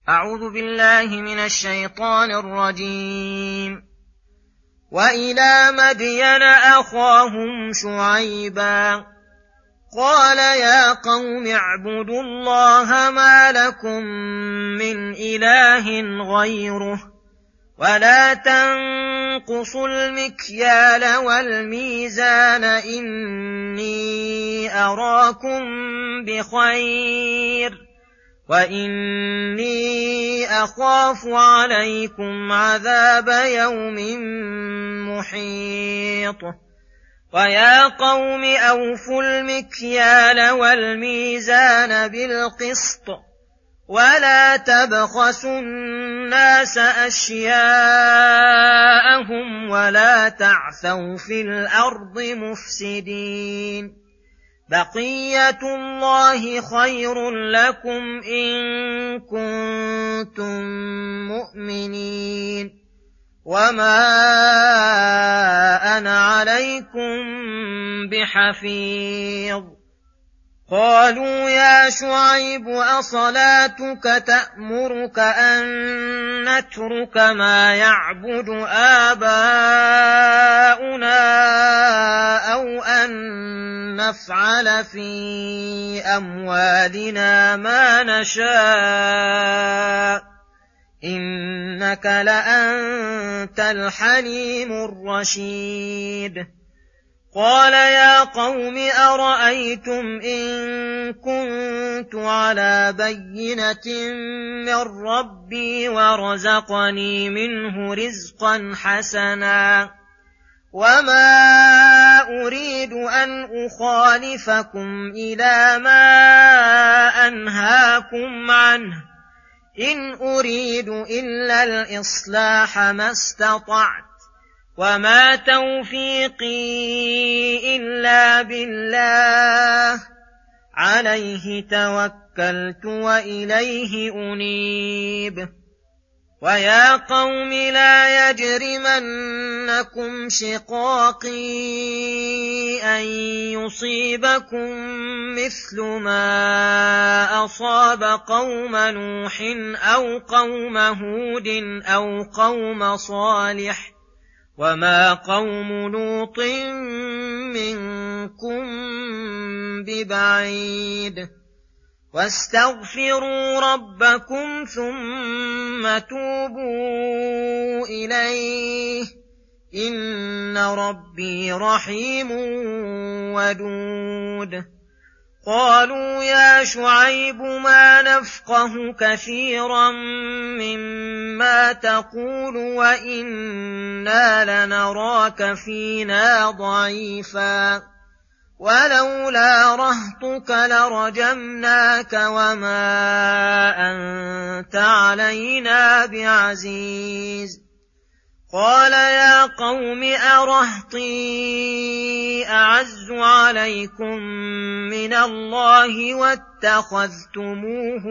أعوذ بالله من الشيطان الرجيم. وإلى مدين أخاهم شعيبا قال يا قوم اعبدوا الله ما لكم من إله غيره ولا تنقصوا المكيال والميزان إني أراكم بخير وإني أخاف عليكم عذاب يوم محيط. ويا قوم أوفوا المكيال والميزان بالقسط ولا تبخسوا الناس أشياءهم ولا تعثوا في الأرض مفسدين. بقية الله خير لكم إن كنتم مؤمنين وما أنا عليكم بحفيظ. قالوا يا شعيب أصلاتك تأمرك أن نترك ما يعبد آباؤنا أو أن نفعل في أموالنا ما نشاء إنك لأنت الحليم الرشيد. قال يا قوم أرأيتم إن كنت على بينة من ربي ورزقني منه رزقا حسنا وما أريد أن أخالفكم إلى ما أنهاكم عنه إن أريد إلا الإصلاح ما استطعت وما توفيقي إلا بالله عليه توكلت وإليه أنيب. ويا قوم لا يجرمنكم شقاقي أن يصيبكم مثل ما أصاب قوم نوح أو قوم هود أو قوم صالح وما قوم لوط منكم ببعيد. واستغفروا ربكم ثم توبوا إليه إن ربي رحيم ودود. قالوا يا شعيب ما نفقه كثيرا مما تقول وإنا لنراك فينا ضعيفا ولولا رهطك لرجمناك وما أنت علينا بعزيز. قال يا قوم أرهطي أعز عليكم من الله واتخذتموه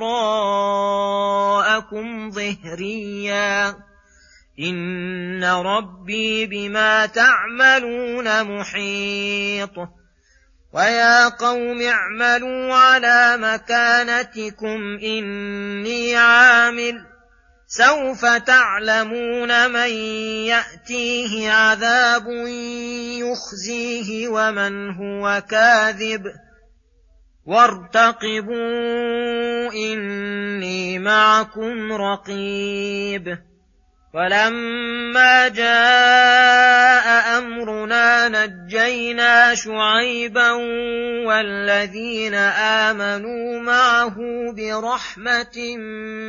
وراءكم ظهريا إن ربي بما تعملون محيط. ويا قوم اعملوا على مكانتكم إني عامل سوف تعلمون من يأتيه عذاب يخزيه ومن هو كاذب وارتقبوا إني معكم رقيب. ولما جاء أمرنا نجينا شعيبا والذين آمنوا معه برحمة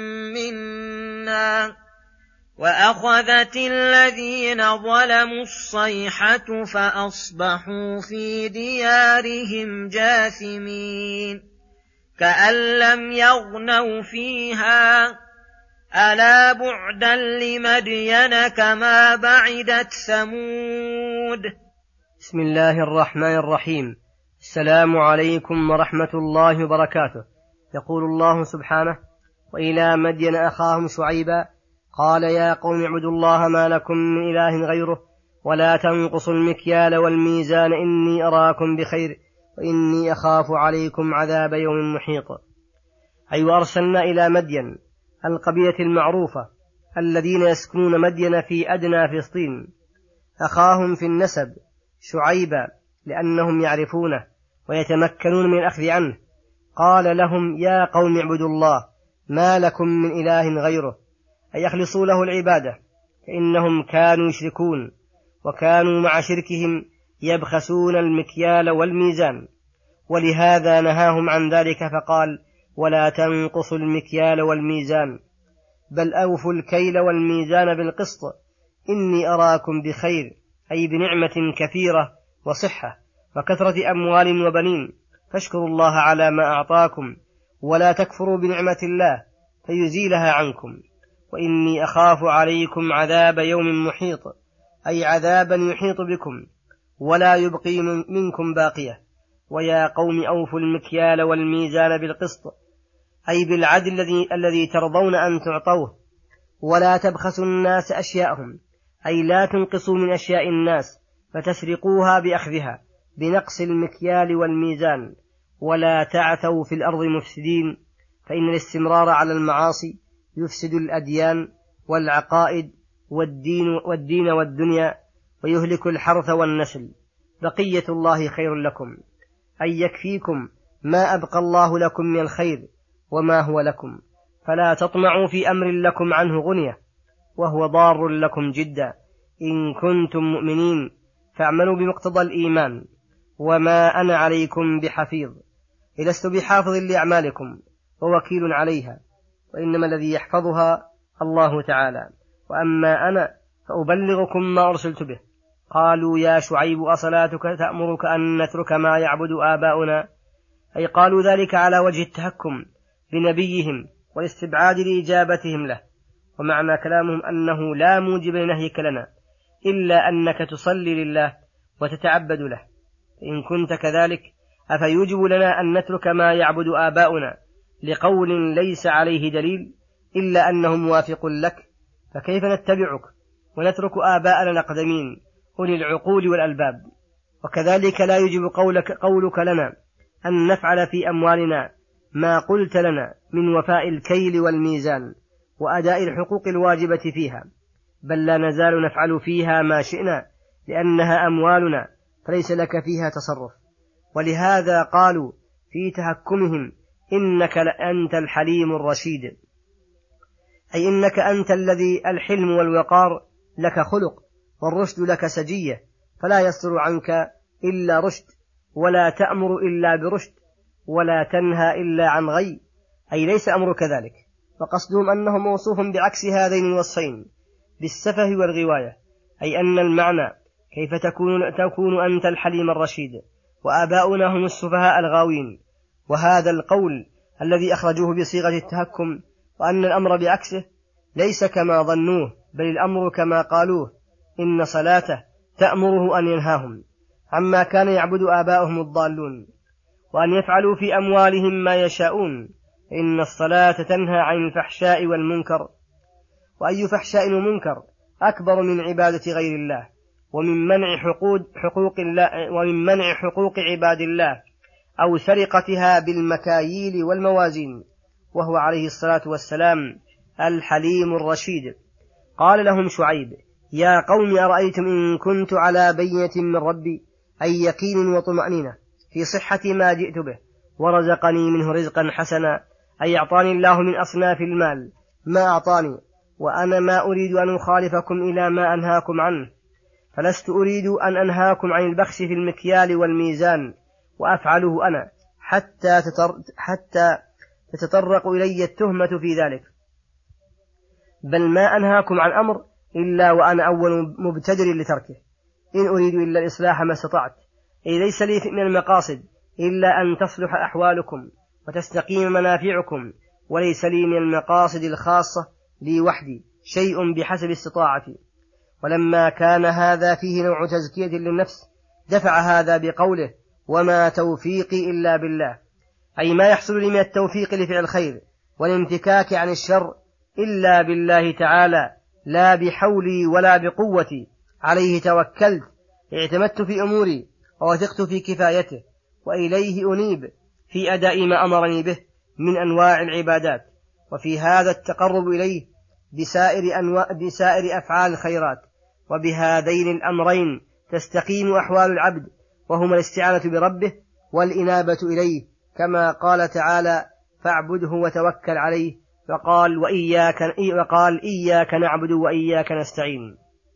منا وأخذت الذين ظلموا الصيحة فأصبحوا في ديارهم جاثمين كأن لم يغنوا فيها ألا بعدا لمدين كما بعدت ثمود. بسم الله الرحمن الرحيم. السلام عليكم ورحمة الله وبركاته. يقول الله سبحانه: وإلى مدين أخاهم شعيبا قال يا قوم اعبدوا الله ما لكم من إله غيره ولا تنقصوا المكيال والميزان إني أراكم بخير وإني أخاف عليكم عذاب يوم محيط. أي وأرسلنا إلى مدين القبيلة المعروفة الذين يسكنون مدين في أدنى فلسطين، أخاهم في النسب شعيبا لأنهم يعرفونه ويتمكنون من الأخذ عنه، قال لهم يا قوم اعبدوا الله ما لكم من إله غيره، أي يخلصوا له العبادة، فإنهم كانوا يشركون وكانوا مع شركهم يبخسون المكيال والميزان، ولهذا نهاهم عن ذلك فقال ولا تنقصوا المكيال والميزان بل أوفوا الكيل والميزان بالقسط إني أراكم بخير، أي بنعمة كثيرة وصحة وكثرة أموال وبنين، فاشكروا الله على ما أعطاكم ولا تكفروا بنعمة الله فيزيلها عنكم، وإني أخاف عليكم عذاب يوم محيط، أي عذابا يحيط بكم ولا يبقي منكم باقية. ويا قوم أوفوا المكيال والميزان بالقسط، أي بالعدل الذي ترضون أن تعطوه، ولا تبخسوا الناس أشياءهم، أي لا تنقصوا من أشياء الناس فتسرقوها بأخذها بنقص المكيال والميزان، ولا تعثوا في الأرض مفسدين، فإن الاستمرار على المعاصي يفسد الأديان والعقائد والدين والدنيا، ويهلك الحرث والنسل. بقية الله خير لكم، أي يكفيكم ما أبقى الله لكم من الخير وما هو لكم، فلا تطمعوا في أمر لكم عنه غنية وهو ضار لكم جدا. إن كنتم مؤمنين فاعملوا بمقتضى الإيمان، وما أنا عليكم بحفيظ، لست بحافظ لأعمالكم ووكيل عليها، وإنما الذي يحفظها الله تعالى، وأما أنا فأبلغكم ما أرسلت به. قالوا يا شعيب أصلاتك تأمرك أن نترك ما يعبد آباؤنا، أي قالوا ذلك على وجه التهكم بنبيهم والاستبعاد لإجابتهم له، ومعنى كلامهم أنه لا موجب لنهيك لنا إلا أنك تصلي لله وتتعبد له، فإن كنت كذلك أفيوجب لنا أن نترك ما يعبد آباؤنا لقول ليس عليه دليل إلا أنه موافق لك، فكيف نتبعك ونترك آباءنا الأقدمين أولي العقول والألباب؟ وكذلك لا يجب قولك لنا أن نفعل في أموالنا ما قلت لنا من وفاء الكيل والميزان وأداء الحقوق الواجبة فيها، بل لا نزال نفعل فيها ما شئنا لأنها أموالنا فليس لك فيها تصرف. ولهذا قالوا في تهكمهم إنك لأنت الحليم الرشيد، أي إنك أنت الذي الحلم والوقار لك خلق والرشد لك سجية، فلا يصدر عنك إلا رشد، ولا تأمر إلا برشد، ولا تنهى إلا عن غي، أي ليس أمرك ذلك. وقصدهم أنه موصوف بعكس هذين الوصفين بالسفه والغواية، أي أن المعنى كيف تكون أنت الحليم الرشيد وآباؤنا هم السفهاء الغاوين. وهذا القول الذي أخرجوه بصيغة التهكم، وأن الأمر بعكسه ليس كما ظنوه، بل الأمر كما قالوه، إن صلاته تأمره أن ينهاهم عما كان يعبد آباؤهم الضالون، وأن يفعلوا في أموالهم ما يشاءون، إن الصلاة تنهى عن الفحشاء والمنكر. وأي فحشاء ومنكر أكبر من عبادة غير الله ومن منع حقوق عباد الله أو سرقتها بالمكاييل والموازين، وهو عليه الصلاة والسلام الحليم الرشيد. قال لهم شعيب يا قوم أرأيتم إن كنت على بينة من ربي، أي يقين وطمأنينة في صحة ما جئت به، ورزقني منه رزقا حسنا، أي أعطاني الله من أصناف المال ما أعطاني، وأنا ما أريد أن أخالفكم إلى ما أنهاكم عنه، فلست أريد أن أنهاكم عن البخس في المكيال والميزان وأفعله أنا حتى تتطرق إلي التهمة في ذلك، بل ما أنهاكم عن أمر إلا وأنا أول مبتدر لتركه، إن أريد إلا الإصلاح ما استطعت، أي ليس لي من المقاصد إلا أن تصلح أحوالكم وتستقيم منافعكم، وليس لي من المقاصد الخاصة لي وحدي شيء بحسب استطاعتي. ولما كان هذا فيه نوع تزكية للنفس دفع هذا بقوله وما توفيقي إلا بالله، أي ما يحصل لي من التوفيق لفعل الخير والانفكاك عن الشر إلا بالله تعالى، لا بحولي ولا بقوتي، عليه توكلت، اعتمدت في أموري ووثقت في كفايته، وإليه أنيب في أداء ما أمرني به من أنواع العبادات، وفي هذا التقرب إليه بسائر أفعال الخيرات. وبهذين الأمرين تستقيم أحوال العبد، وهما الاستعانة بربه والإنابة إليه، كما قال تعالى: فاعبده وتوكل عليه، وقال إياك نعبد وإياك نستعين.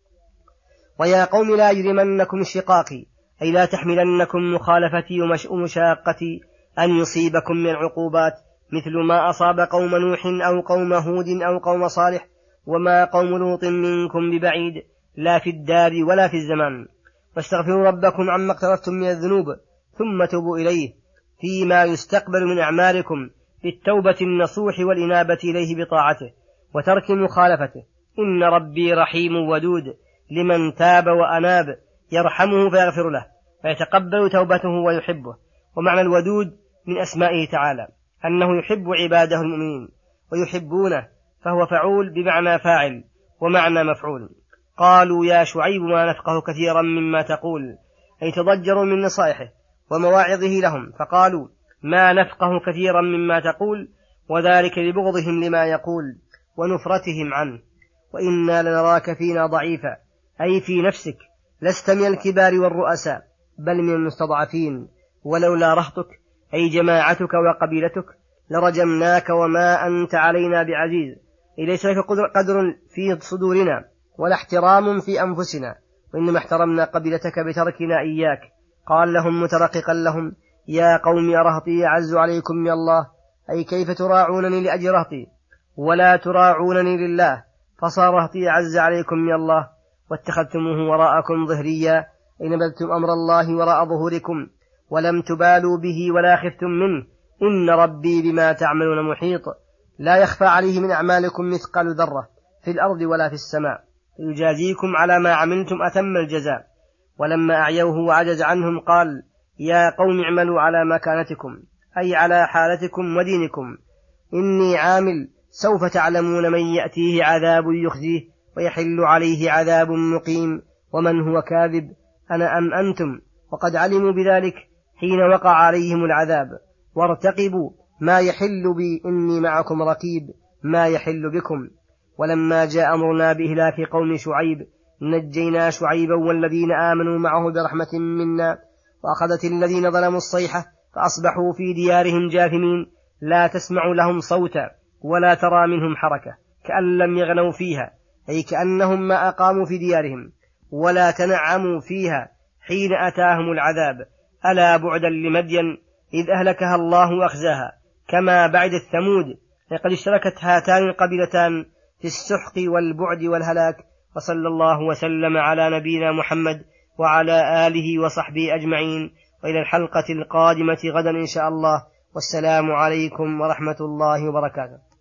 ويا قوم لا يجرمنكم شقاقي، أي لا تحملنكم مخالفتي ومشاقتي أن يصيبكم من العقوبات مثل ما أصاب قوم نوح أو قوم هود أو قوم صالح، وما قوم لوط منكم ببعيد، لا في الدار ولا في الزمان. واستغفروا ربكم عما اقترفتم من الذنوب ثم توبوا إليه فيما يستقبل من أعمالكم بالتوبة النصوح والإنابة إليه بطاعته وترك مخالفته. إن ربي رحيم ودود، لمن تاب وأناب يرحمه فيغفر له فيتقبل توبته ويحبه. ومعنى الودود من أسمائه تعالى أنه يحب عباده المؤمنين ويحبونه، فهو فعول بمعنى فاعل ومعنى مفعول. قالوا يا شعيب ما نفقه كثيرا مما تقول، أي تضجروا من نصائحه ومواعظه لهم، فقالوا ما نفقه كثيرا مما تقول، وذلك لبغضهم لما يقول ونفرتهم عنه. وإنا لنراك فينا ضعيفا، أي في نفسك، لست من الكبار والرؤساء بل من المستضعفين، ولولا رهطك أي جماعتك وقبيلتك لرجمناك وما أنت علينا بعزيز. ليس لك قدر في صدورنا ولا احترام في أنفسنا، وإنما احترمنا قبيلتك بتركنا إياك. قال لهم مترققا لهم: يا قوم أرهطي أعز عليكم من الله، أي كيف تراعونني لأجل رهطي ولا تراعونني لله، فصار رهطي أعز عليكم من الله، واتخذتموه وراءكم ظهريا، أي نبذتم أمر الله وراء ظهوركم ولم تبالوا به ولا خفتم منه. إن ربي بما تعملون محيط، لا يخفى عليه من أعمالكم مثقال ذرة في الأرض ولا في السماء، يجازيكم على ما عملتم أتم الجزاء. ولما أعيوه وعجز عنهم قال: يا قوم اعملوا على مكانتكم، أي على حالتكم ودينكم، إني عامل، سوف تعلمون من يأتيه عذاب يخزيه ويحل عليه عذاب مقيم ومن هو كاذب، أنا أم أنتم. وقد علموا بذلك حين وقع عليهم العذاب. وارتقبوا ما يحل بي إني معكم رقيب ما يحل بكم. ولما جاء أمرنا بإهلاك قوم شعيب نجينا شعيبا والذين آمنوا معه برحمة منا، وأخذت الذين ظلموا الصيحة فأصبحوا في ديارهم جاثمين، لا تسمع لهم صوتا ولا ترى منهم حركة، كأن لم يغنوا فيها، أي كأنهم ما أقاموا في ديارهم ولا تنعموا فيها حين أتاهم العذاب. ألا بعدا لمدين إذ أهلكها الله وأخزاها، كما بعد الثمود، لقد اشتركت هاتان القبيلتان في السحق والبعد والهلاك. وصلى الله وسلم على نبينا محمد وعلى آله وصحبه أجمعين، وإلى الحلقة القادمة غدا إن شاء الله، والسلام عليكم ورحمة الله وبركاته.